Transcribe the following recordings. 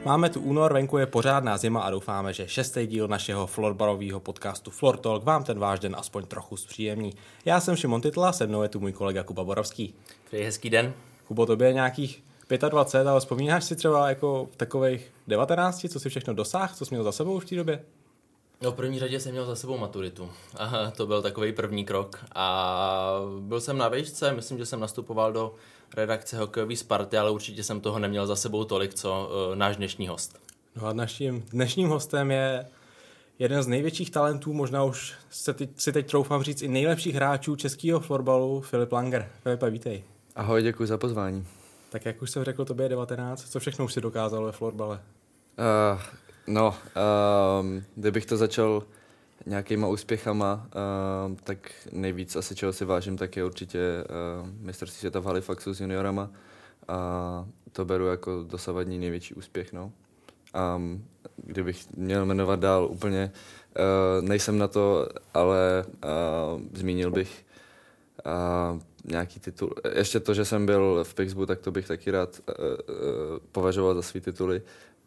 Máme tu únor, venku je pořádná zima a doufáme, že 6. díl našeho florbalového podcastu Floor Talk vám ten váš den aspoň trochu zpříjemní. Já jsem Šimon Titla, se mnou je tu můj kolega Kuba Borovský. Přeji hezký den. Kubo, tobě je nějakých 25, ale vzpomínáš si třeba jako v takových 19, co si všechno dosáhl, co jsi měl za sebou v té době? No, v první řadě jsem měl za sebou maturitu. Aha, to byl takový první krok. A byl jsem na výšce, myslím, že jsem nastupoval do redakce hokejové Sparty, ale určitě jsem toho neměl za sebou tolik, co náš dnešní host. No a naším dnešním hostem je jeden z největších talentů, možná už si teď troufám říct i nejlepších hráčů českého florbalu, Filip Langer. Filipe, vítej. Ahoj, děkuji za pozvání. Tak jak už jsem řekl, tobě je 19, co všechno už si dokázal ve florbale? Kdybych to začal nějakýma úspěchama, tak nejvíc asi čeho si vážím, tak je určitě mistrovství světa v Halifaxu s juniorama. A to beru jako dosavadní největší úspěch. No. Kdybych měl jmenovat dál úplně, nejsem na to, ale zmínil bych nějaký titul. Ještě to, že jsem byl v Pixbu, tak to bych taky rád považoval za svý tituly.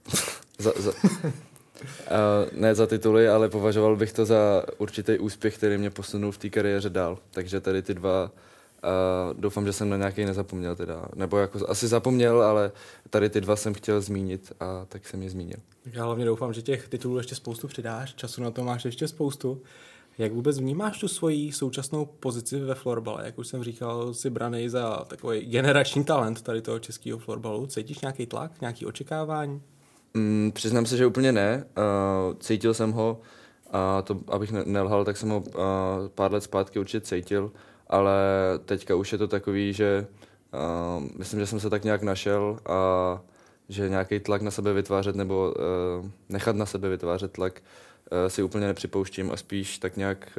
Ne za tituly, ale považoval bych to za určitý úspěch, který mě posunul v té kariéře dál. Takže tady ty dva, doufám, že jsem na nějaký nezapomněl teda. Nebo jako asi zapomněl, ale tady ty dva jsem chtěl zmínit a tak jsem je zmínil. Já hlavně doufám, že těch titulů ještě spoustu přidáš, času na to máš ještě spoustu. Jak vůbec vnímáš tu svoji současnou pozici ve florbale? Jak už jsem říkal, jsi branej za takový generační talent tady toho českého florbalu. Cítíš nějaký tlak, nějaký očekávání? Přiznám se, že úplně ne. Cítil jsem ho, a to, abych nelhal, tak jsem ho pár let zpátky určitě cítil, ale teďka už je to takový, že myslím, že jsem se tak nějak našel a že nějaký tlak na sebe vytvářet nebo nechat na sebe vytvářet tlak si úplně nepřipouštím a spíš tak nějak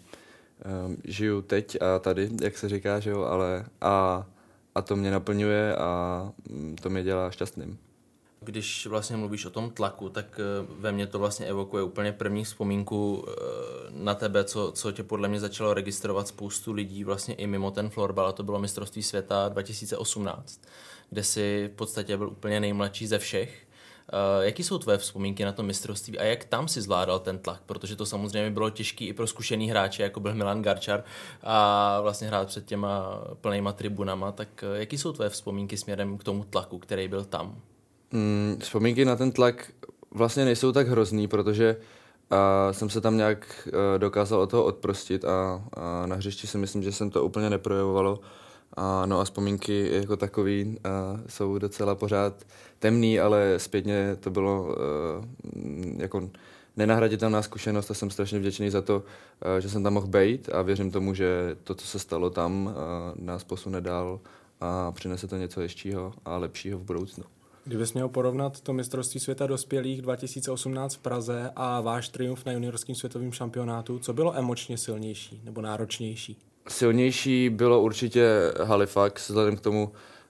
žiju teď a tady, jak se říká, že jo, ale a to mě naplňuje a to mě dělá šťastným. Když vlastně mluvíš o tom tlaku, tak ve mně to vlastně evokuje úplně první vzpomínku na tebe, co tě podle mě začalo registrovat spoustu lidí vlastně i mimo ten florbal, a to bylo mistrovství světa 2018, kde jsi v podstatě byl úplně nejmladší ze všech. Jaký jsou tvoje vzpomínky na to mistrovství a jak tam si zvládal ten tlak? Protože to samozřejmě bylo těžký i pro zkušený hráče, jako byl Milan Garčar a vlastně hrát před těma plnýma tribunama. Tak jaký jsou tvoje vzpomínky směrem k tomu tlaku, který byl tam? Vzpomínky na ten tlak vlastně nejsou tak hrozný, protože jsem se tam nějak dokázal od toho odprostit a na hřišti si myslím, že jsem to úplně neprojevovalo. No a vzpomínky jako takový jsou docela pořád temný, ale zpětně to bylo jako nenahraditelná zkušenost a jsem strašně vděčný za to, že jsem tam mohl být a věřím tomu, že to, co se stalo tam, nás posune dál a přinese to něco ještě a lepšího v budoucnu. Kdybys měl porovnat to mistrovství světa dospělých 2018 v Praze a váš triumf na juniorském světovém šampionátu, co bylo emočně silnější nebo náročnější? Silnější bylo určitě Halifax, vzhledem k tomu,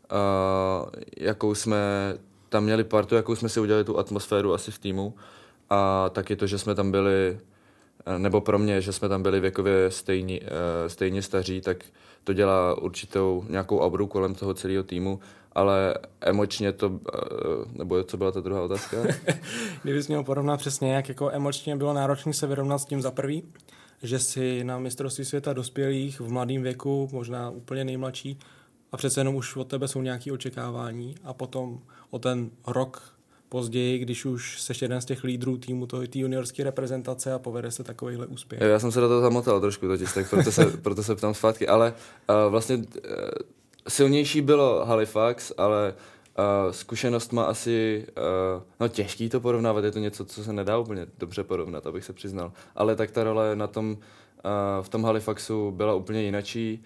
jakou jsme tam měli partu, jakou jsme si udělali tu atmosféru asi v týmu. A taky to, že jsme tam byli, nebo pro mě, že jsme tam byli věkově stejně staří, tak to dělá určitou nějakou auru kolem toho celého týmu. Ale emočně to, nebo co byla ta druhá otázka? Kdybys měl porovnat přesně, jak jako emočně bylo náročné se vyrovnat s tím za prvý, že si na mistrovství světa dospělých v mladém věku, možná úplně nejmladší, a přece jenom už od tebe jsou nějaké očekávání a potom o ten rok později, když už seš jeden z těch lídrů týmu, té juniorské reprezentace a povede se takovýhle úspěch. Já jsem se do toho zamotal trošku totiž, tak proto se ptám zpátky, ale vlastně silnější bylo Halifax, ale zkušenost má asi, těžký to porovnávat, je to něco, co se nedá úplně dobře porovnat, abych se přiznal. Ale tak ta role na tom, v tom Halifaxu byla úplně jinačí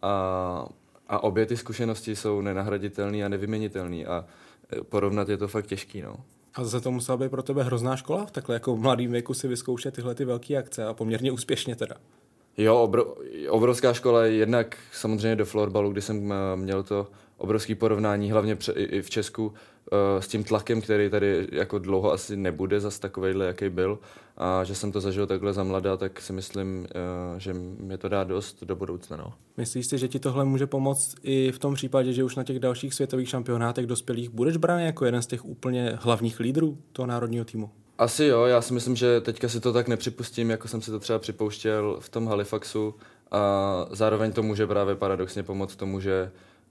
a obě ty zkušenosti jsou nenahraditelné a nevyměnitelné a porovnat je to fakt těžký, no. A zase to musela být pro tebe hrozná škola, takhle jako v mladém věku si vyzkoušet tyhle ty velké akce a poměrně úspěšně teda. Jo, obrovská škola, jednak samozřejmě do florbalu, kdy jsem měl to obrovské porovnání, hlavně i v Česku, s tím tlakem, který tady jako dlouho asi nebude zas takovejhle, jaký byl. A že jsem to zažil takhle za mladá, tak si myslím, že mě to dá dost do budoucna. No. Myslíš si, že ti tohle může pomoct i v tom případě, že už na těch dalších světových šampionátech dospělých budeš braný jako jeden z těch úplně hlavních lídrů toho národního týmu? Asi jo, já si myslím, že teďka si to tak nepřipustím, jako jsem si to třeba připouštěl v tom Halifaxu. A zároveň to může právě paradoxně pomoct tomu, že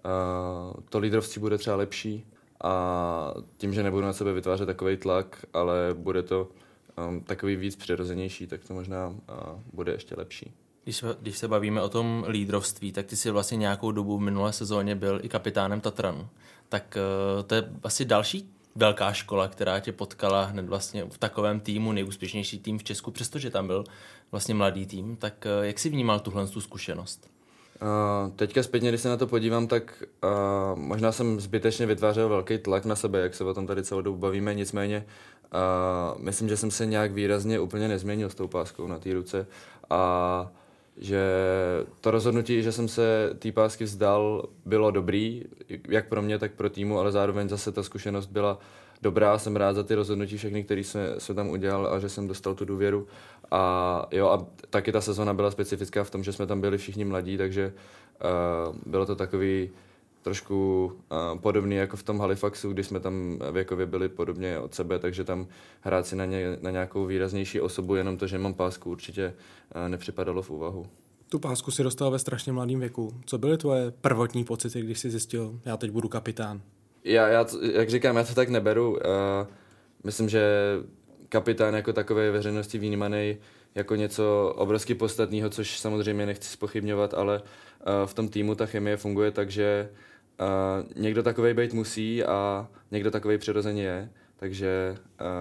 to lídrovství bude třeba lepší a tím, že nebudu na sebe vytvářet takovej tlak, ale bude to takový víc přirozenější, tak to možná bude ještě lepší. Když se bavíme o tom lídrovství, tak ty jsi vlastně nějakou dobu v minulé sezóně byl i kapitánem Tatranu. Tak to je asi další velká škola, která tě potkala hned vlastně v takovém týmu, nejúspěšnější tým v Česku, přestože tam byl vlastně mladý tým. Tak jak jsi vnímal tuhle zkušenost? Teďka zpětně, když se na to podívám, tak možná jsem zbytečně vytvářel velký tlak na sebe, jak se o tom tady celou dobu bavíme, nicméně myslím, že jsem se nějak výrazně úplně nezměnil s tou páskou na té ruce a že to rozhodnutí, že jsem se té pásky vzdal, bylo dobrý, jak pro mě, tak pro týmu, ale zároveň zase ta zkušenost byla dobrá, jsem rád za ty rozhodnutí všechny, které jsme tam udělal a že jsem dostal tu důvěru. A jo, a taky ta sezona byla specifická v tom, že jsme tam byli všichni mladí, takže bylo to takový trošku podobný jako v tom Halifaxu, kdy jsme tam věkově byli podobně od sebe, takže tam hrát si na nějakou výraznější osobu, jenom to, že mám pásku, určitě nepřipadalo v úvahu. Tu pásku si dostal ve strašně mladém věku. Co byly tvoje prvotní pocity, když jsi zjistil, já teď budu kapitán? Já jak říkám, já to tak neberu. Myslím, že kapitán jako takový je veřejnosti vnímaný jako něco obrovsky podstatného, což samozřejmě nechci zpochybňovat, ale v tom týmu ta chemie funguje tak, že někdo takovej být musí a někdo takovej přirozeně je. Takže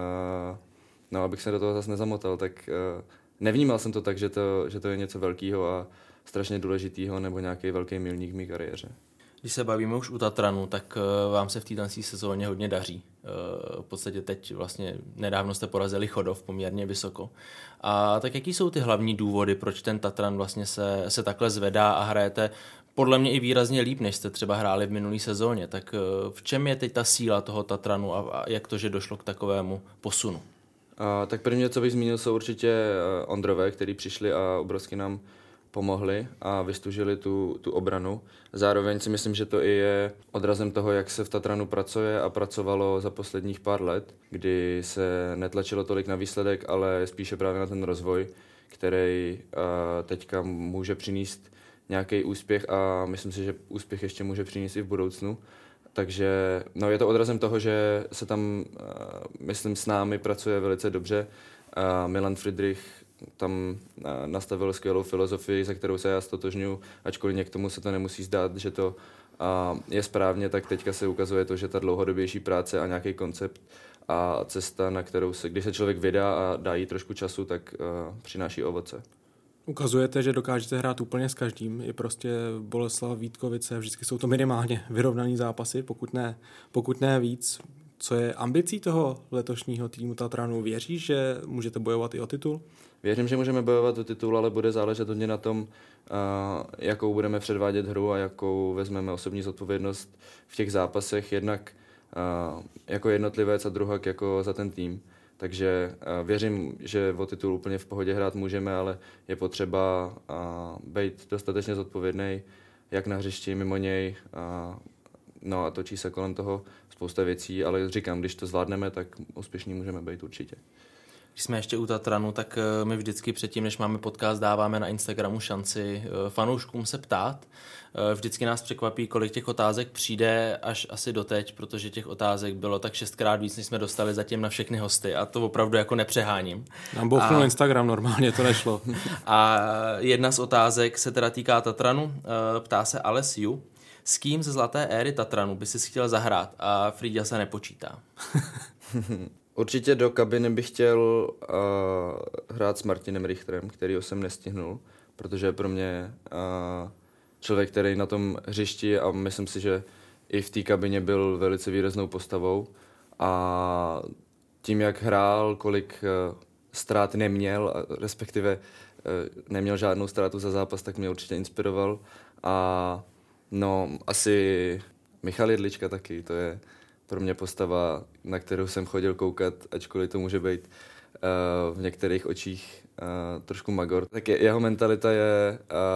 abych se do toho zase nezamotal, tak nevnímal jsem to tak, že to je něco velkého a strašně důležitého nebo nějaký velký milník v mé kariéře. Když se bavíme už u Tatranu, tak vám se v této sezóně hodně daří. V podstatě teď vlastně nedávno jste porazili Chodov poměrně vysoko. A tak jaký jsou ty hlavní důvody, proč ten Tatran vlastně se takhle zvedá a hrajete podle mě i výrazně líp, než jste třeba hráli v minulý sezóně. Tak v čem je teď ta síla toho Tatranu a jak to, že došlo k takovému posunu? Tak první, co bych zmínil, jsou určitě Ondrové, kteří přišli a obrovsky nám pomohli a vystužili tu obranu. Zároveň si myslím, že to i je odrazem toho, jak se v Tatranu pracuje a pracovalo za posledních pár let, kdy se netlačilo tolik na výsledek, ale spíše právě na ten rozvoj, který teďka může přinést nějaký úspěch a myslím si, že úspěch ještě může přinést i v budoucnu. Takže je to odrazem toho, že se tam, myslím, s námi pracuje velice dobře. Milan Friedrich tam nastavil skvělou filozofii, za kterou se já ztotožňuji, ačkoliv někomu se to nemusí zdát, že to je správně, tak teďka se ukazuje to, že ta dlouhodobější práce a nějaký koncept a cesta, na kterou se, když se člověk vydá a dá jí trošku času, tak přináší ovoce. Ukazujete, že dokážete hrát úplně s každým. Je prostě Boleslav, Vítkovice, vždycky jsou to minimálně vyrovnaný zápasy, pokud ne víc. Co je ambicí toho letošního týmu Tatranu? Věříš, že můžete bojovat i o titul? Věřím, že můžeme bojovat o titul, ale bude záležet hodně na tom, jakou budeme předvádět hru a jakou vezmeme osobní zodpovědnost v těch zápasech, jednak jako jednotlivec a druhak jako za ten tým. Takže věřím, že o titul úplně v pohodě hrát můžeme, ale je potřeba být dostatečně zodpovědný, jak na hřišti, mimo něj. A točí se kolem toho spousta věcí, ale říkám, když to zvládneme, tak úspěšní můžeme být určitě. Když jsme ještě u Tatranu, tak my vždycky předtím, než máme podcast, dáváme na Instagramu šanci fanouškům se ptát. Vždycky nás překvapí, kolik těch otázek přijde až asi doteď, protože těch otázek bylo tak 6krát víc, než jsme dostali zatím na všechny hosty a to opravdu jako nepřeháním. Nám bouchnul Instagram, normálně to nešlo. A jedna z otázek se teda týká Tatranu, ptá se Alessiu. S kým ze zlaté éry Tatranu by si chtěl zahrát a Frýďa se nepočítá? Určitě do kabiny bych chtěl hrát s Martinem Richterem, kterýho jsem nestihnul, protože je pro mě člověk, který na tom hřišti a myslím si, že i v té kabině byl velice výraznou postavou a tím, jak hrál, kolik ztrát neměl, respektive neměl žádnou ztrátu za zápas, tak mě určitě inspiroval. A no, asi Michal Jedlička taky, to je pro mě postava, na kterou jsem chodil koukat, ačkoliv to může být v některých očích trošku magor. Tak jeho mentalita je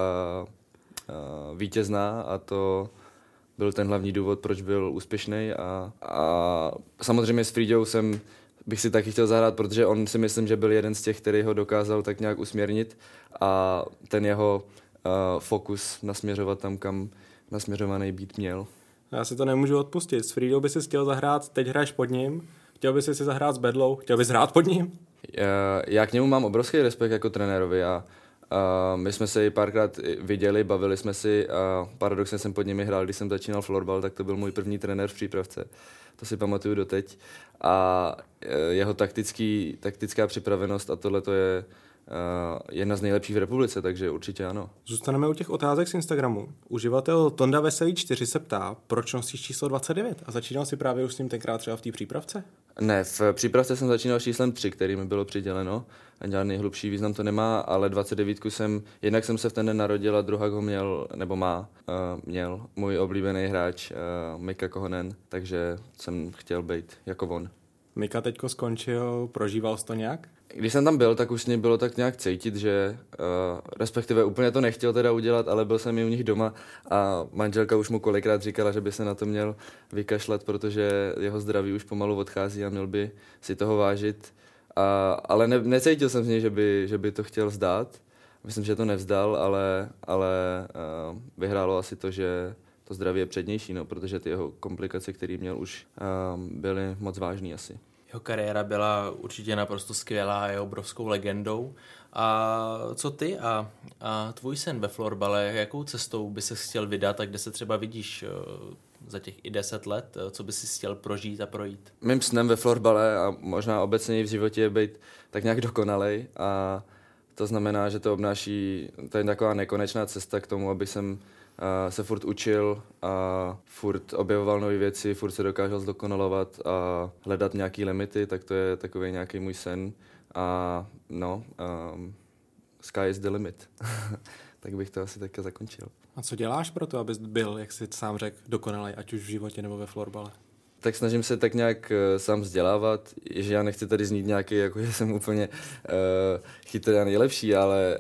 vítězná a to byl ten hlavní důvod, proč byl úspěšný. A samozřejmě s Frýďou bych si taky chtěl zahrát, protože on si myslím, že byl jeden z těch, který ho dokázal tak nějak usměrnit a ten jeho fokus nasměřovat tam, kam nasměřovaný být měl. Já si to nemůžu odpustit. S Frýdou by si chtěl zahrát, teď hraješ pod ním, chtěl by si zahrát s Bedlou, chtěl bys hrát pod ním? Já k němu mám obrovský respekt jako trenérovi a my jsme se párkrát viděli, bavili jsme si a paradoxně jsem pod nimi hrál, když jsem začínal florbal, tak to byl můj první trenér v přípravce. To si pamatuju doteď. A jeho taktická připravenost a tohle to je jedna z nejlepších v republice, takže určitě ano. Zůstaneme u těch otázek z Instagramu. Uživatel Tonda Veselý 4 se ptá, proč nosíš číslo 29 a začínal si právě už s ním tenkrát třeba v té přípravce? Ne, v přípravce jsem začínal číslem 3, který mi bylo přiděleno a žádný hlubší význam to nemá, ale 29 jednak jsem se v ten den narodil a druhá ho měl můj oblíbený hráč Mika Kohonen, takže jsem chtěl být jako on. Mika teďko skončil, prožíval jsi to nějak? Když jsem tam byl, tak už s ním bylo tak nějak cítit, že respektive úplně to nechtěl teda udělat, ale byl jsem i u nich doma a manželka už mu kolikrát říkala, že by se na to měl vykašlat, protože jeho zdraví už pomalu odchází a měl by si toho vážit. Ale necítil jsem z něj, že by to chtěl vzdát. Myslím, že to nevzdal, ale vyhrálo asi to, že to zdraví je přednější, no, protože ty jeho komplikace, které měl, už byly moc vážný asi. Jeho kariéra byla určitě naprosto skvělá, je obrovskou legendou. A co ty a tvůj sen ve florbale, jakou cestou by se chtěl vydat a kde se třeba vidíš za těch i 10 let, co by si chtěl prožít a projít? Mým snem ve florbale a možná obecně v životě je být tak nějak dokonalej a to znamená, že to obnáší, to je taková nekonečná cesta k tomu, aby jsem se furt učil a furt objevoval nové věci, furt se dokázal zdokonalovat a hledat nějaký limity, tak to je takový nějaký můj sen. A sky is the limit. Tak bych to asi taky zakončil. A co děláš pro to, abys byl, jak jsi sám řekl, dokonalý, ať už v životě nebo ve florbale? Tak snažím se tak nějak sám vzdělávat, že já nechci tady znít nějaký, jako že jsem úplně chytrý a nejlepší, ale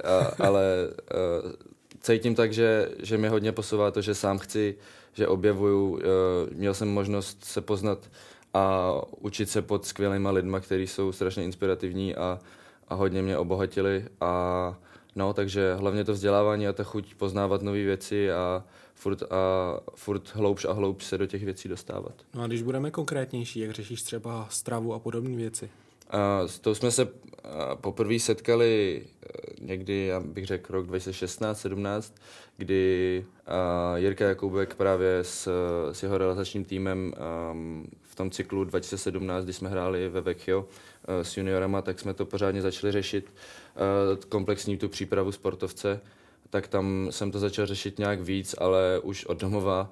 cítím tak, že mě hodně posouvá to, že sám chci, že objevuju, měl jsem možnost se poznat a učit se pod skvělýma lidma, kteří jsou strašně inspirativní a hodně mě obohatili takže hlavně to vzdělávání a ta chuť poznávat nové věci a furt hloubš a hloubš se do těch věcí dostávat. No a když budeme konkrétnější, jak řešíš třeba stravu a podobné věci? S tou jsme se poprvé setkali někdy, já bych řekl, rok 2016-17, kdy Jirka Jakubek právě s jeho realizačním týmem v tom cyklu 2017, kdy jsme hráli ve Vecchio s juniorama, tak jsme to pořádně začali řešit, komplexní tu přípravu sportovce, tak tam jsem to začal řešit nějak víc, ale už od domova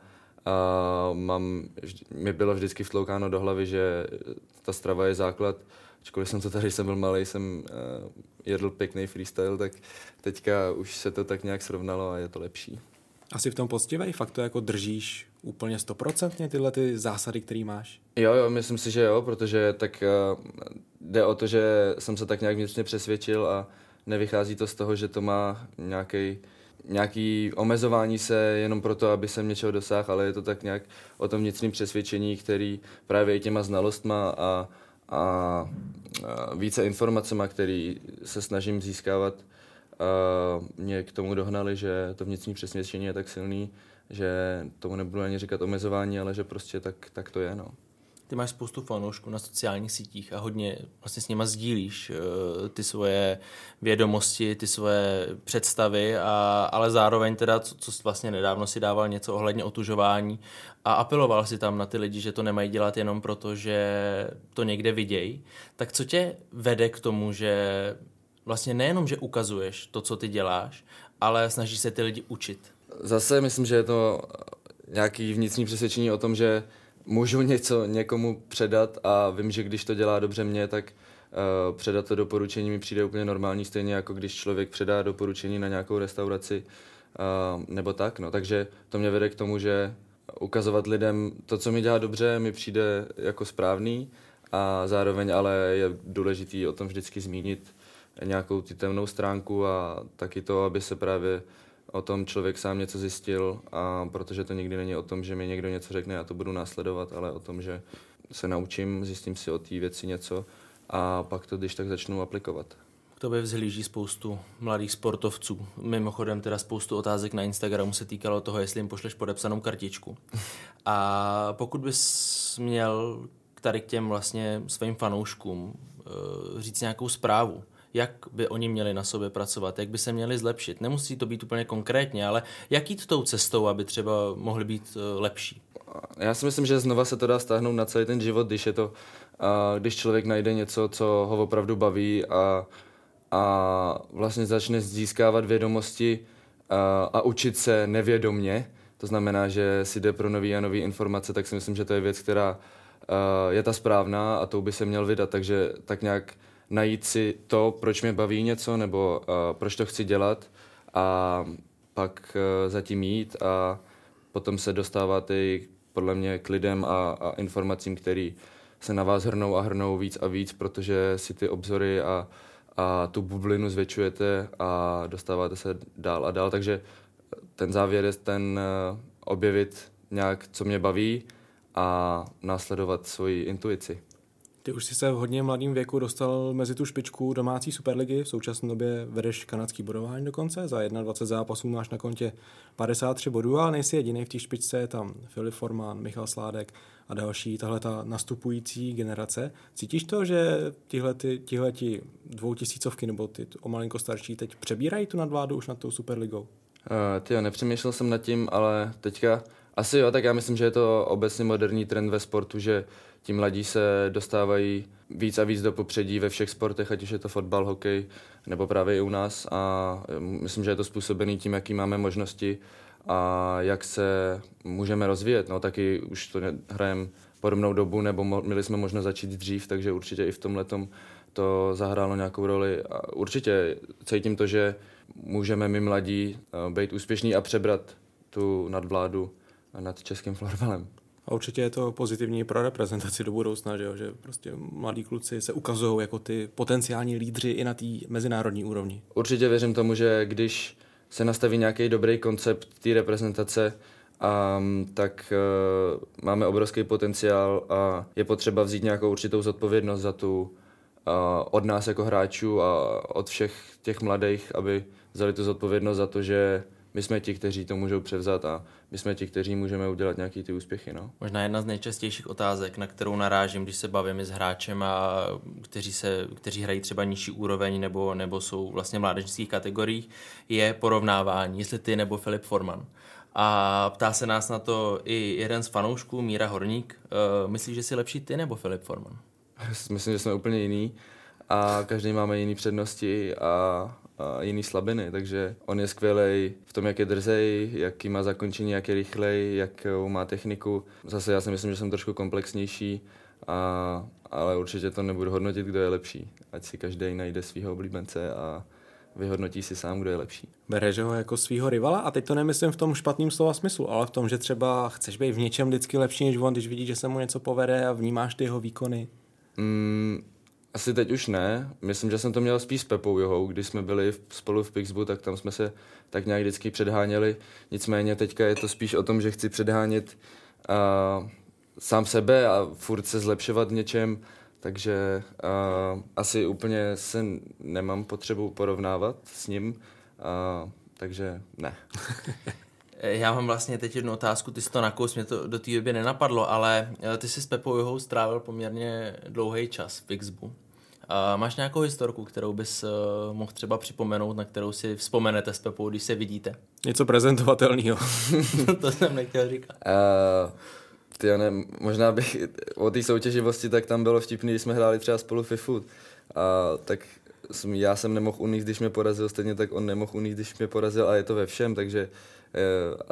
mi bylo vždycky vtloukáno do hlavy, že ta strava je základ. Ačkoliv jsem byl malej, jsem jedl pěkný freestyle, tak teďka už se to tak nějak srovnalo a je to lepší. Asi v tom poctivej, fakt to jako držíš úplně 100% tyhle ty zásady, které máš? Jo, myslím si, že jo, protože tak jde o to, že jsem se tak nějak vnitřně přesvědčil a nevychází to z toho, že to má nějaký omezování se jenom proto, aby jsem něčeho dosáhl, ale je to tak nějak o tom vnitřním přesvědčení, který právě i těma znalostma a více informacemi, které se snažím získávat, mě k tomu dohnali, že to vnitřní přesvědčení je tak silný, že tomu nebudu ani říkat omezování, ale že prostě tak to je. No. Ty máš spoustu fanoušků na sociálních sítích a hodně vlastně s nima sdílíš ty svoje vědomosti, ty svoje představy, ale zároveň teda, co vlastně nedávno si dával něco ohledně otužování a apeloval si tam na ty lidi, že to nemají dělat jenom proto, že to někde vidějí. Tak co tě vede k tomu, že vlastně nejenom, že ukazuješ to, co ty děláš, ale snažíš se ty lidi učit? Zase myslím, že je to nějaký vnitřní přesvědčení o tom, že můžu něco někomu předat a vím, že když to dělá dobře mě, tak předat to doporučení mi přijde úplně normální, stejně jako když člověk předá doporučení na nějakou restauraci nebo tak. No. Takže to mě vede k tomu, že ukazovat lidem to, co mi dělá dobře, mi přijde jako správný a zároveň ale je důležitý o tom vždycky zmínit nějakou ty temnou stránku a taky to, aby se právě o tom člověk sám něco zjistil, a protože to nikdy není o tom, že mi někdo něco řekne, já to budu následovat, ale o tom, že se naučím, zjistím si o té věci něco a pak to když tak začnu aplikovat. K tobě vzhlíží spoustu mladých sportovců. Mimochodem teda spoustu otázek na Instagramu se týkalo toho, jestli jim pošleš podepsanou kartičku. A pokud bys měl tady k těm vlastně svým fanouškům říct nějakou zprávu, jak by oni měli na sobě pracovat, jak by se měli zlepšit. Nemusí to být úplně konkrétně, ale jak jít tou cestou, aby třeba mohli být lepší? Já si myslím, že znova se to dá stáhnout na celý ten život, když člověk najde něco, co ho opravdu baví a vlastně začne získávat vědomosti a učit se nevědomně. To znamená, že si jde pro nový a nový informace, tak si myslím, že to je věc, která je ta správná a tou by se měl vydat. Takže tak nějak najít si to, proč mě baví něco, nebo proč to chci dělat a pak zatím jít a potom se dostávat i podle mě k lidem a informacím, který se na vás hrnou víc a víc, protože si ty obzory a tu bublinu zvětšujete a dostáváte se dál a dál. Takže ten závěr je ten objevit nějak, co mě baví a následovat svoji intuici. Ty už jsi se v hodně mladém věku dostal mezi tu špičku domácí superligy, v současné době vedeš kanadský bodování dokonce, za 21 zápasů máš na kontě 53 bodů, ale nejsi jediný v té špičce, je tam Filip Forman, Michal Sládek a další, tahle ta nastupující generace. Cítíš to, že tihleti 2000 nebo ty o malinko starší teď přebírají tu nadvládu už nad tou superligou? Nepřemýšlel jsem nad tím, ale teďka asi jo, tak já myslím, že je to obecně moderní trend ve sportu, že ti mladí se dostávají víc a víc do popředí ve všech sportech, ať už je to fotbal, hokej, nebo právě i u nás. A myslím, že je to způsobený tím, jaký máme možnosti a jak se můžeme rozvíjet. No, taky už to hrajeme podobnou dobu, nebo měli jsme možnost začít dřív, takže určitě i v tomhletom to zahrálo nějakou roli. A určitě cítím to, že můžeme my mladí být úspěšní a přebrat tu nadvládu nad českým florbalem. A určitě je to pozitivní pro reprezentaci do budoucna, že prostě mladí kluci se ukazují jako ty potenciální lídři i na té mezinárodní úrovni. Určitě věřím tomu, že když se nastaví nějaký dobrý koncept té reprezentace, tak máme obrovský potenciál a je potřeba vzít nějakou určitou zodpovědnost za tu od nás jako hráčů a od všech těch mladých, aby vzali tu zodpovědnost za to, že my jsme ti, kteří to můžou převzat a my jsme ti, kteří můžeme udělat nějaký ty úspěchy. No. Možná jedna z nejčastějších otázek, na kterou narážím, když se bavím s hráčem, a kteří hrají třeba nižší úroveň nebo jsou vlastně v mládežnických kategoriích, je porovnávání, jestli ty nebo Filip Forman. A ptá se nás na to i jeden z fanoušků, Míra Horník. Myslíš, že jsi lepší ty nebo Filip Forman? Myslím, že jsme úplně jiný a každý máme jiný přednosti a jiný slabiny, takže on je skvělej v tom, jak je drzej, jaký má zakončení, jak je rychlej, jakou má techniku. Zase já si myslím, že jsem trošku komplexnější, ale určitě to nebudu hodnotit, kdo je lepší. Ať si každý najde svého oblíbence a vyhodnotí si sám, kdo je lepší. Bereš ho jako svýho rivala? A teď to nemyslím v tom špatným slova smyslu, ale v tom, že třeba chceš být v něčem vždycky lepší než on, když vidíš, že se mu něco povede a vnímáš ty jeho výkony? Asi teď už ne. Myslím, že jsem to měl spíš s Pepou Johou, když jsme byli spolu v Pixbu, tak tam jsme se tak nějak vždycky předháněli. Nicméně teďka je to spíš o tom, že chci předhánět sám sebe a furt se zlepšovat v něčem, takže asi úplně se nemám potřebu porovnávat s ním, takže ne. Já mám vlastně teď jednu otázku, ty jsi to nakous, mě to do té doby nenapadlo, ale ty jsi s Pepou Johou strávil poměrně dlouhý čas v Pixbu. Máš nějakou historku, kterou bys mohl třeba připomenout, na kterou si vzpomenete s Pepou, když se vidíte? Něco prezentovatelného. To jsem nechtěl říkat. Možná bych o té soutěživosti, tak tam bylo vtipný, když jsme hráli třeba spolu FIFU. Tak já jsem nemohl uníst, když mě porazil, stejně tak on nemohl uníst, když mě porazil, a je to ve všem, takže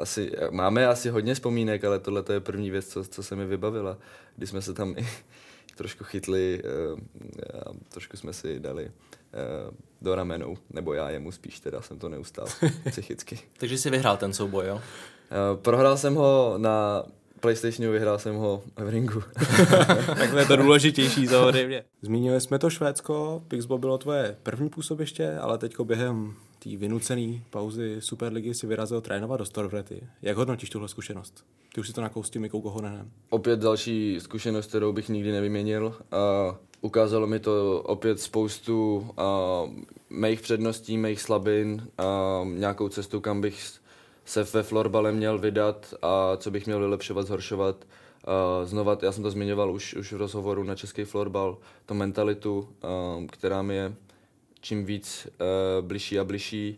máme asi hodně vzpomínek, ale tohle je první věc, co se mi vybavila, když jsme se tam trošku chytli a trošku jsme si dali do ramenou, nebo já jemu spíš, teda jsem to neustál psychicky. Takže jsi vyhrál ten souboj, jo? Prohrál jsem ho na PlayStationu, vyhrál jsem ho v ringu. Tak to je to důležitější samozřejmě. Zmínili jsme to Švédsko, Pixbo bylo tvoje první působiště, ale teďko během té vynucené pauzy Superligy si vyrazil trénovat do Storvrety. Jak hodnotíš tuhle zkušenost? Ty už si to nakoustil Mikou Kohonenem. Opět další zkušenost, kterou bych nikdy nevyměnil. Ukázalo mi to opět spoustu mých předností, mých slabin, nějakou cestu, kam bych se ve florbale měl vydat a co bych měl vylepšovat, zhoršovat. Znova, já jsem to zmiňoval už v rozhovoru na český florbal, tu mentalitu, která mi je čím víc bližší a bližší.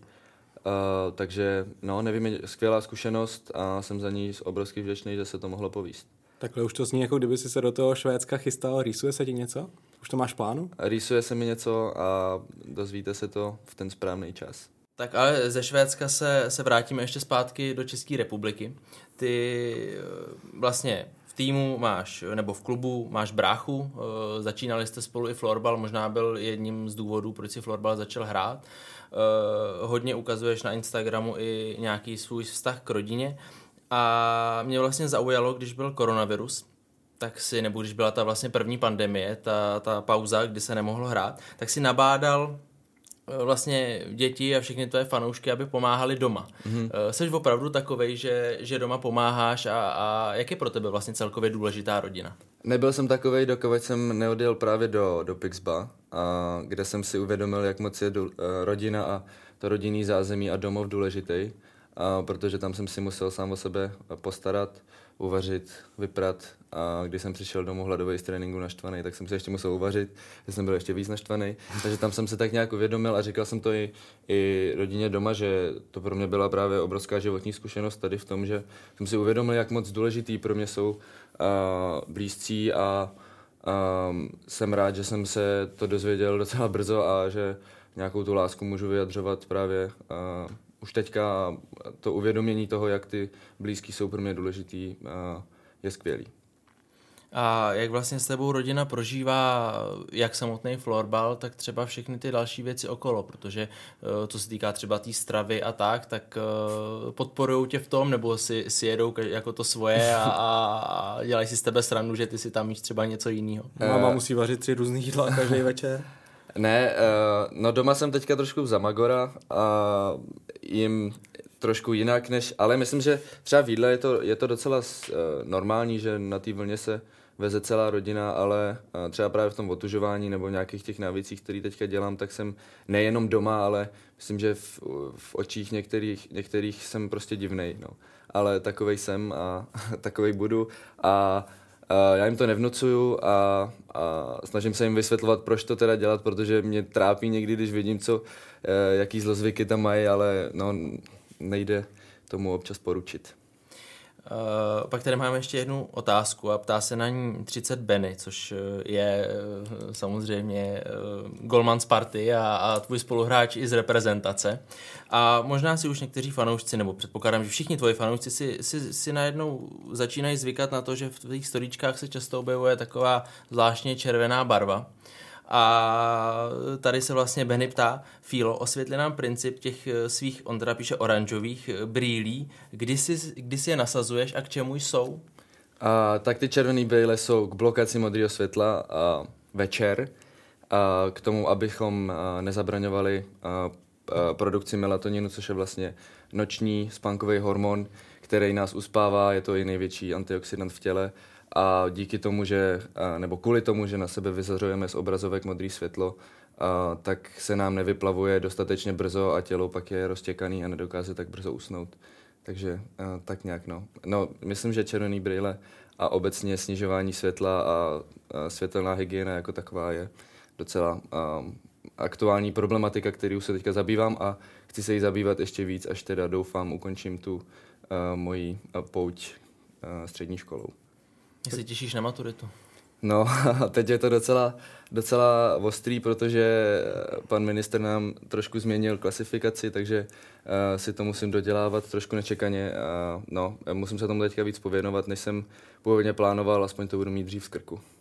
Takže no, nevím, skvělá zkušenost a jsem za ní obrovsky vděčný, že se to mohlo povíst. Takhle už to zní, jako kdyby si se do toho Švédska chystal. Rýsuje se ti něco? Už to máš v plánu? Rýsuje se mi něco a dozvíte se to v ten správný čas. Tak ale ze Švédska se vrátíme ještě zpátky do České republiky. Ty vlastně v týmu máš, nebo v klubu máš bráchu, začínali jste spolu i florbal, možná byl jedním z důvodů, proč si florbal začal hrát. Hodně ukazuješ na Instagramu i nějaký svůj vztah k rodině a mě vlastně zaujalo, když byl koronavirus, tak si, nebo když byla ta vlastně první pandemie, ta pauza, kdy se nemohlo hrát, tak si nabádal vlastně děti a všechny tvoje fanoušky, aby pomáhali doma. Jsi opravdu takovej, že doma pomáháš a jak je pro tebe vlastně celkově důležitá rodina? Nebyl jsem takovej, dokud jsem neodjel právě do Pixba, kde jsem si uvědomil, jak moc je rodina a to rodinný zázemí a domov důležitý, protože tam jsem si musel sám o sebe postarat, uvařit, vyprat a když jsem přišel domů hladový z tréninku naštvaný, tak jsem si ještě musel uvařit, že jsem byl ještě víc naštvaný. Takže tam jsem se tak nějak uvědomil a říkal jsem to i rodině doma, že to pro mě byla právě obrovská životní zkušenost tady v tom, že jsem si uvědomil, jak moc důležitý pro mě jsou blízcí a jsem rád, že jsem se to dozvěděl docela brzo a že nějakou tu lásku můžu vyjadřovat právě už teďka. To uvědomění toho, jak ty blízký jsou pro mě důležitý, je skvělý. A jak vlastně s tebou rodina prožívá jak samotný florbal, tak třeba všechny ty další věci okolo, protože co se týká třeba té stravy a tak podporujou tě v tom, nebo si jedou jako to svoje a dělají si z tebe srandu, že ty si tam jíš třeba něco jiného. Máma musí vařit 3 různý jídla každý večer. Ne, no doma jsem teďka trošku za Magora a jim trošku jinak ale myslím, že třeba v jídle je to docela normální, že na té vlně se veze celá rodina, ale třeba právě v tom otužování nebo nějakých těch návycích, které teďka dělám, tak jsem nejenom doma, ale myslím, že v očích některých jsem prostě divnej, no. Ale takovej jsem a takovej budu a já jim to nevnucuju a snažím se jim vysvětlovat, proč to teda dělat, protože mě trápí někdy, když vidím, jaký zlozvyky tam mají, ale no, nejde tomu občas poručit. Pak tady máme ještě jednu otázku a ptá se na ní 30 Benny, což je samozřejmě golman z party a tvůj spoluhráč i z reprezentace. A možná si už někteří fanoušci, nebo předpokládám, že všichni tvoji fanoušci si najednou začínají zvykat na to, že v tvých storíčkách se často objevuje taková zvláštně červená barva. A tady se vlastně Benny ptá, Fílo, osvětli nám princip těch svých, on teda píše oranžových brýlí, kdy si je nasazuješ a k čemu jsou? Tak ty červený brýle jsou k blokaci modrého světla večer, k tomu, abychom nezabraňovali produkci melatoninu, což je vlastně noční spánkový hormon, který nás uspává, je to i největší antioxidant v těle. A díky tomu, nebo kvůli tomu, že na sebe vyzařujeme z obrazovek modré světlo, tak se nám nevyplavuje dostatečně brzo a tělo pak je roztěkaný a nedokáže tak brzo usnout. Takže tak nějak, no. No, myslím, že červený brýle a obecně snižování světla a světelná hygiena jako taková je docela aktuální problematika, kterou se teďka zabývám a chci se jí zabývat ještě víc, až teda doufám ukončím tu moji pouť střední školou. Jak se těšíš na maturitu? No, teď je to docela ostrý, protože pan ministr nám trošku změnil klasifikaci, takže si to musím dodělávat trošku nečekaně. No, musím se tomu teďka víc pověnovat, než jsem původně plánoval, aspoň to budu mít dřív z krku.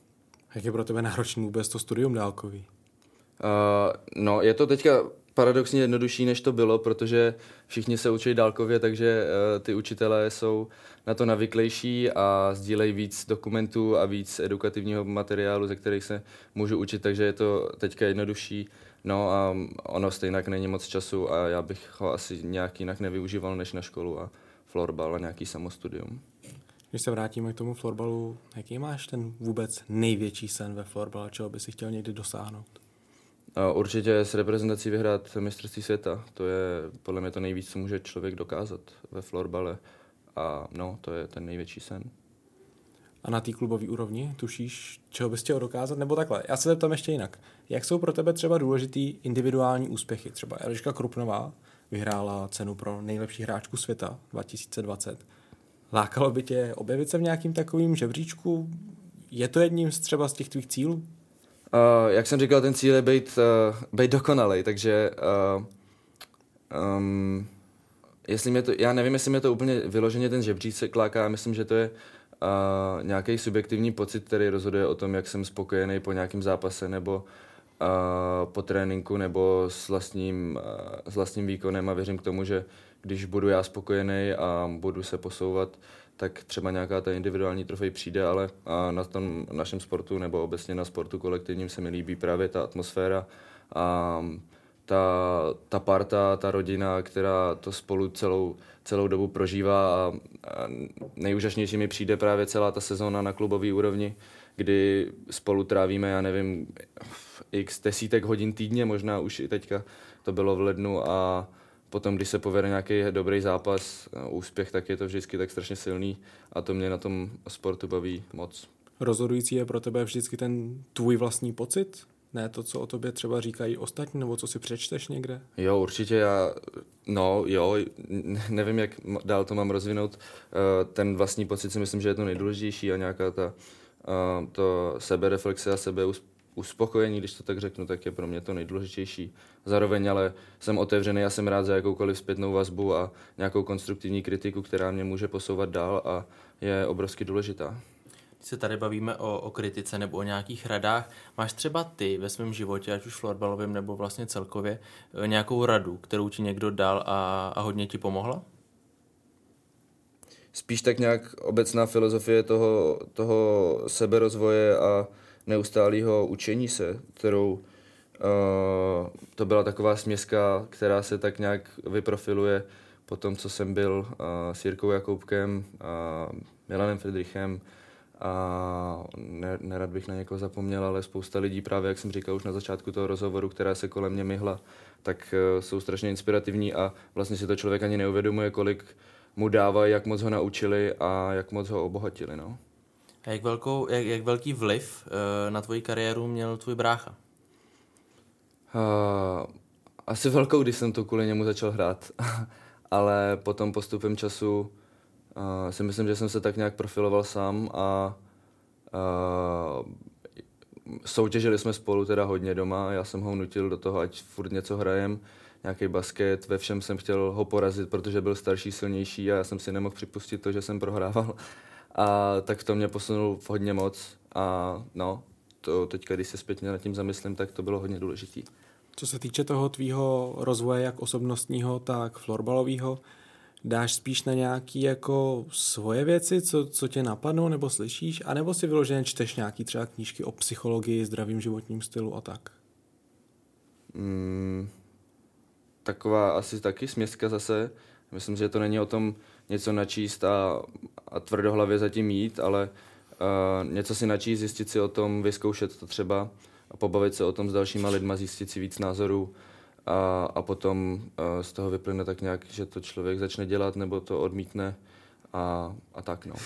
Jak je pro tebe náročný vůbec to studium dálkový? No, je to teďka paradoxně jednodušší, než to bylo, protože všichni se učí dálkově, takže ty učitelé jsou na to navyklejší a sdílejí víc dokumentů a víc edukativního materiálu, ze kterých se můžu učit, takže je to teďka jednodušší. No a ono stejnak není moc času a já bych ho asi nějak jinak nevyužíval než na školu a florbal a nějaký samostudium. Když se vrátíme k tomu florbalu, jaký máš ten vůbec největší sen ve florbale, čeho by si chtěl někdy dosáhnout? Určitě s reprezentací vyhrát mistrovství světa. To je podle mě to nejvíc, co může člověk dokázat ve florbale. A no, to je ten největší sen. A na té klubové úrovni tušíš, čeho bys chtěl dokázat? Nebo takhle, já se zeptám ještě jinak. Jak jsou pro tebe třeba důležitý individuální úspěchy? Třeba Eliška Krupnová vyhrála cenu pro nejlepší hráčku světa 2020. Lákalo by tě objevit se v nějakým takovým žebříčku? Je to jedním třeba z těch tvých cílů? Jak jsem říkal, ten cíl je být dokonalej, takže já nevím, jestli mě to úplně vyloženě ten žebříček láká, myslím, že to je nějaký subjektivní pocit, který rozhoduje o tom, jak jsem spokojený po nějakém zápase nebo po tréninku nebo s vlastním výkonem a věřím k tomu, že když budu já spokojený a budu se posouvat, tak třeba nějaká ta individuální trofej přijde, ale na tom našem sportu nebo obecně na sportu kolektivním se mi líbí právě ta atmosféra a ta parta, ta rodina, která to spolu celou dobu prožívá a nejúžasnější mi přijde právě celá ta sezóna na klubové úrovni, kdy spolu trávíme, já nevím, x desítek hodin týdně, možná už i teďka to bylo v lednu a potom, když se povede nějaký dobrý zápas, úspěch, tak je to vždycky tak strašně silný a to mě na tom sportu baví moc. Rozhodující je pro tebe vždycky ten tvůj vlastní pocit? Ne to, co o tobě třeba říkají ostatní, nebo co si přečteš někde? Jo, určitě nevím, jak dál to mám rozvinout. Ten vlastní pocit si myslím, že je to nejdůležitější a nějaká to sebereflexe a uspokojení, když to tak řeknu, tak je pro mě to nejdůležitější. Zároveň ale jsem otevřený a jsem rád za jakoukoliv zpětnou vazbu a nějakou konstruktivní kritiku, která mě může posouvat dál a je obrovsky důležitá. Když se tady bavíme o kritice nebo o nějakých radách, máš třeba ty ve svém životě, ať už florbalovém nebo vlastně celkově, nějakou radu, kterou ti někdo dal a hodně ti pomohla? Spíš tak nějak obecná filozofie toho seberozvoje a neustálého učení se, kterou to byla taková směska, která se tak nějak vyprofiluje po tom, co jsem byl s Jirkou Jakoubkem, Milanem Friedrichem a nerad bych na někoho zapomněl, ale spousta lidí právě, jak jsem říkal už na začátku toho rozhovoru, která se kolem mě myhla, tak jsou strašně inspirativní a vlastně si to člověk ani neuvědomuje, kolik mu dávají, jak moc ho naučili a jak moc ho obohatili. No. A jak velký vliv na tvoji kariéru měl tvůj brácha? Asi velkou, když jsem to kvůli němu začal hrát, ale potom postupem času si myslím, že jsem se tak nějak profiloval sám a soutěžili jsme spolu teda hodně doma, já jsem ho nutil do toho, ať furt něco hrajem, nějaký basket, ve všem jsem chtěl ho porazit, protože byl starší, silnější a já jsem si nemohl připustit to, že jsem prohrával. A tak to mě posunul hodně moc a no, to teďka, když se zpětně nad tím zamyslím, tak to bylo hodně důležitý. Co se týče toho tvýho rozvoje, jak osobnostního, tak florbalového, dáš spíš na nějaký jako svoje věci, co tě napadnou, nebo slyšíš, anebo si vyloženě čteš nějaký třeba knížky o psychologii, zdravým životním stylu a tak? Taková asi taky směska zase. Myslím, že to není o tom něco načíst a tvrdohlavě zatím jít, ale něco si načíst, zjistit si o tom, vyzkoušet to třeba a pobavit se o tom s dalšíma lidma, zjistit si víc názorů a potom z toho vyplyne tak nějak, že to člověk začne dělat nebo to odmítne a tak no.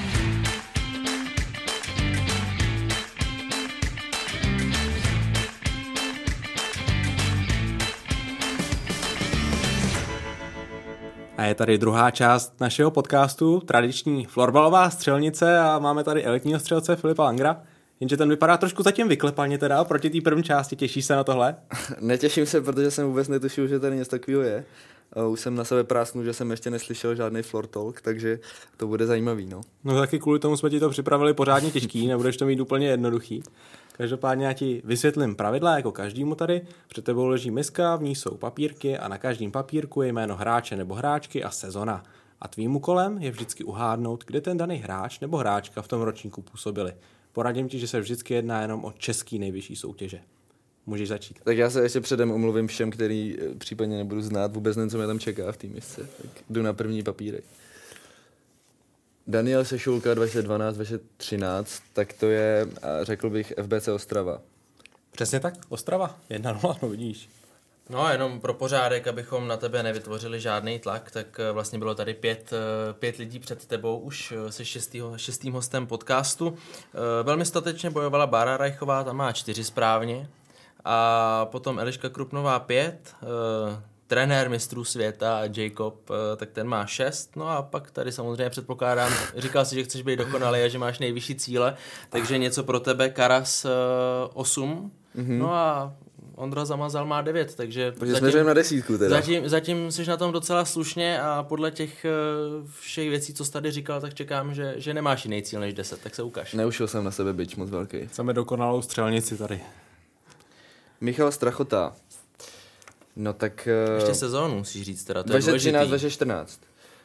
A je tady druhá část našeho podcastu, tradiční florbalová střelnice a máme tady elitního střelce Filipa Langera. Jenže ten vypadá trošku zatím vyklepaně teda, proti té první části. Těšíš se na tohle? Netěším se, protože jsem vůbec netušil, že tady něco takového je. Už jsem na sebe prásnul, že jsem ještě neslyšel žádný floor talk, takže to bude zajímavý, no. No taky kvůli tomu jsme ti to připravili pořádně těžký, nebudeš to mít úplně jednoduchý. Každopádně já ti vysvětlím pravidla jako každému tady. Před tebou leží miska, v ní jsou papírky a na každém papírku je jméno hráče nebo hráčky a sezona. A tvým úkolem je vždycky uhádnout, kde ten daný hráč nebo hráčka v tom ročníku působili. Poradím ti, že se vždycky jedná jenom o český nejvyšší soutěže. Můžeš začít. Tak já se ještě předem omluvím všem, který případně nebudu znát, vůbec nevím, co mě tam čeká v té misce. Tak jdu na první papírek. Daniel Sešulka 2012-2013, tak to je, řekl bych, FBC Ostrava. Přesně tak, Ostrava, 1-0, no vidíš. No jenom pro pořádek, abychom na tebe nevytvořili žádný tlak, tak vlastně bylo tady pět lidí před tebou už se šestým hostem podcastu. Velmi statečně bojovala Bára Rajchová, ta má 4 správně. A potom Eliška Krupnová 5, trenér mistrů světa Jacob, tak ten má 6. No a pak tady samozřejmě předpokládám, říkal si, že chceš být dokonalý a že máš nejvyšší cíle, takže něco pro tebe, Karas 8. No a Ondra Zamazal má 9, takže směřujeme na 10 teda. Zatím jsi na tom docela slušně a podle těch všech věcí, co jsi tady říkal, tak čekám, že nemáš jiný cíl než 10, tak se ukaž. Neušel jsem na sebe bič moc velký. Chceme dokonalou střelnici tady. Michal Strachota. No tak... Ještě sezónu musíš říct teda, to je důležitý. 2013, 2014.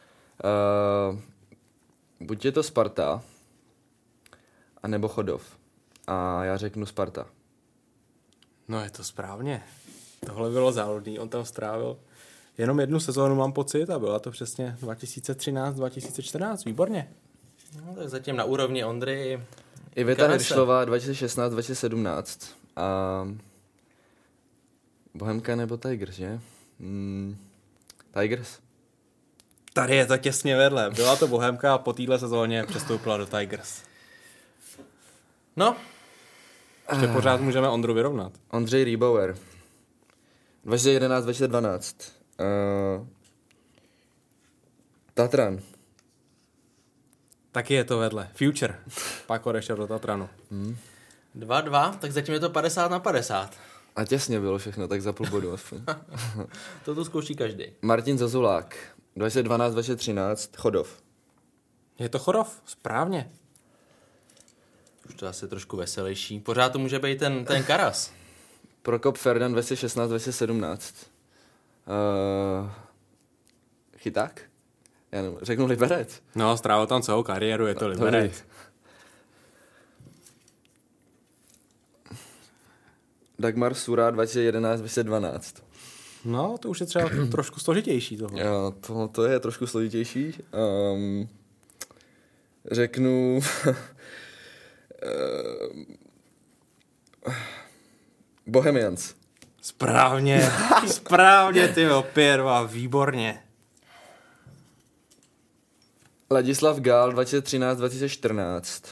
Buď je to Sparta, anebo Chodov. A já řeknu Sparta. No je to správně. Tohle bylo záludný. On tam strávil jenom 1 sezónu, mám pocit, a byla to přesně 2013-2014. Výborně. No, tak zatím na úrovni Ondry. Iveta Hiršlová 2016-2017. A Bohemka nebo Tigers, že? Tigers. Tady je to těsně vedle. Byla to Bohemka a po téhle sezóně přestoupila do Tigers. No. Ještě pořád můžeme Ondru vyrovnat. Ondřej Riebauer. 2011-2012. Tatran. Taky je to vedle. Future. Pak odešel do Tatranu. 2-2, tak zatím je to 50-50. A těsně bylo všechno, tak za půl bodu aspoň. To tu zkouší každý. Martin Zozulák. 2012-2013. Chodov. Je to Chodov? Správně. Už to asi trošku veselější. Pořád to může být ten Karas. Prokop Ferdan 2016-2017. Chyták? Já nevím, řeknu Liberec. No, strávil tam celou kariéru, je to Liberec. Dagmar Sura 2011-2012. No, to už je třeba trošku složitější tohle. Jo, to je trošku složitější. Řeknu... Bohemians. Správně, správně, ty opět, výborně. Ladislav Gál 2013-2014.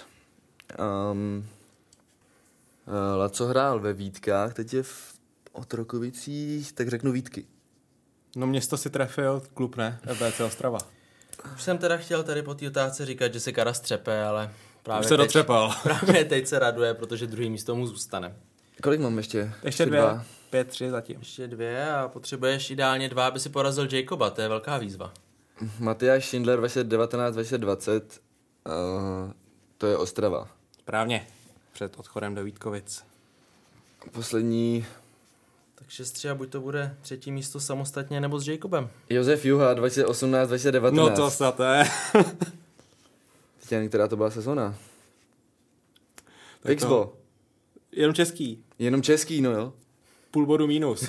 Laco hrál ve Vítkách, teď je v Otrokovicích, tak řeknu Vítky. No město si trefil, klub ne, FBC Ostrava. Už jsem teda chtěl tady po té otázce říkat, že se Karas třepe, ale právě už se dotřepal. Právě teď se raduje, protože druhý místo mu zůstane. Kolik mám ještě? Ještě 2. 5-3 zatím. Ještě 2 a potřebuješ ideálně 2, aby si porazil Jacoba, to je velká výzva. Matyáš Schindler 2019-2020, to je Ostrava. Správně, před odchodem do Vítkovic. Poslední... Tak 6-3 a buď to bude 3. místo samostatně nebo s Jacobem. Josef Juha 2018-2019. No to snad je. Teď která to byla sezona? Pixbo. Jenom český. Jenom český, no jo. Půl bodu mínus.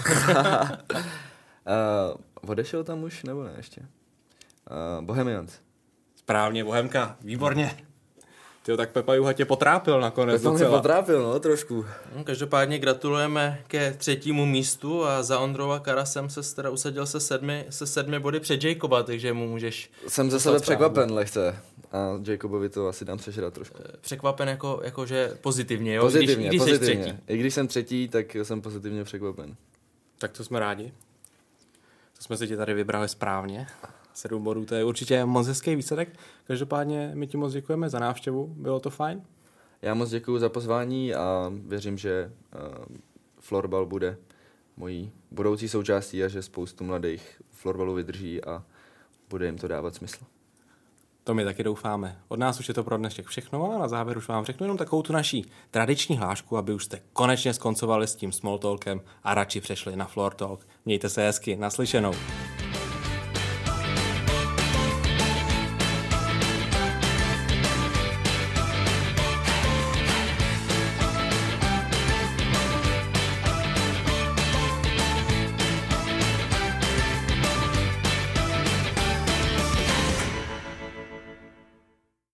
Odešel tam už, nebo ne ještě? Bohemians. Správně, Bohemka, výborně. Tyjo, tak Pepa Juha tě potrápil nakonec docela. Pepa mě potrápil, no, trošku. Každopádně gratulujeme ke 3. místu a za Ondrou a Karasem se teda usadil se 7 body před Jacoba, takže mu můžeš... Jsem ze sebe překvapen lehce a Jacobovi to asi dám přežrat trošku. Překvapen jako že pozitivně, jo? Pozitivně, když pozitivně. Jsi třetí. I když jsem třetí, tak jsem pozitivně překvapen. Tak to jsme rádi. To jsme si tě tady vybrali správně. 7 bodů, to je určitě moc hezký výsledek. Každopádně my ti moc děkujeme za návštěvu, bylo to fajn. Já moc děkuju za pozvání a věřím, že florbal bude mojí budoucí součástí a že spoustu mladých florbalu vydrží a bude jim to dávat smysl. To my taky doufáme. Od nás už je to pro dnešek všechno a na závěr už vám řeknu jenom takovou tu naší tradiční hlášku, aby už jste konečně skoncovali s tím small talkem a radši přešli na floor talk. Mějte se hezky, naslyšenou.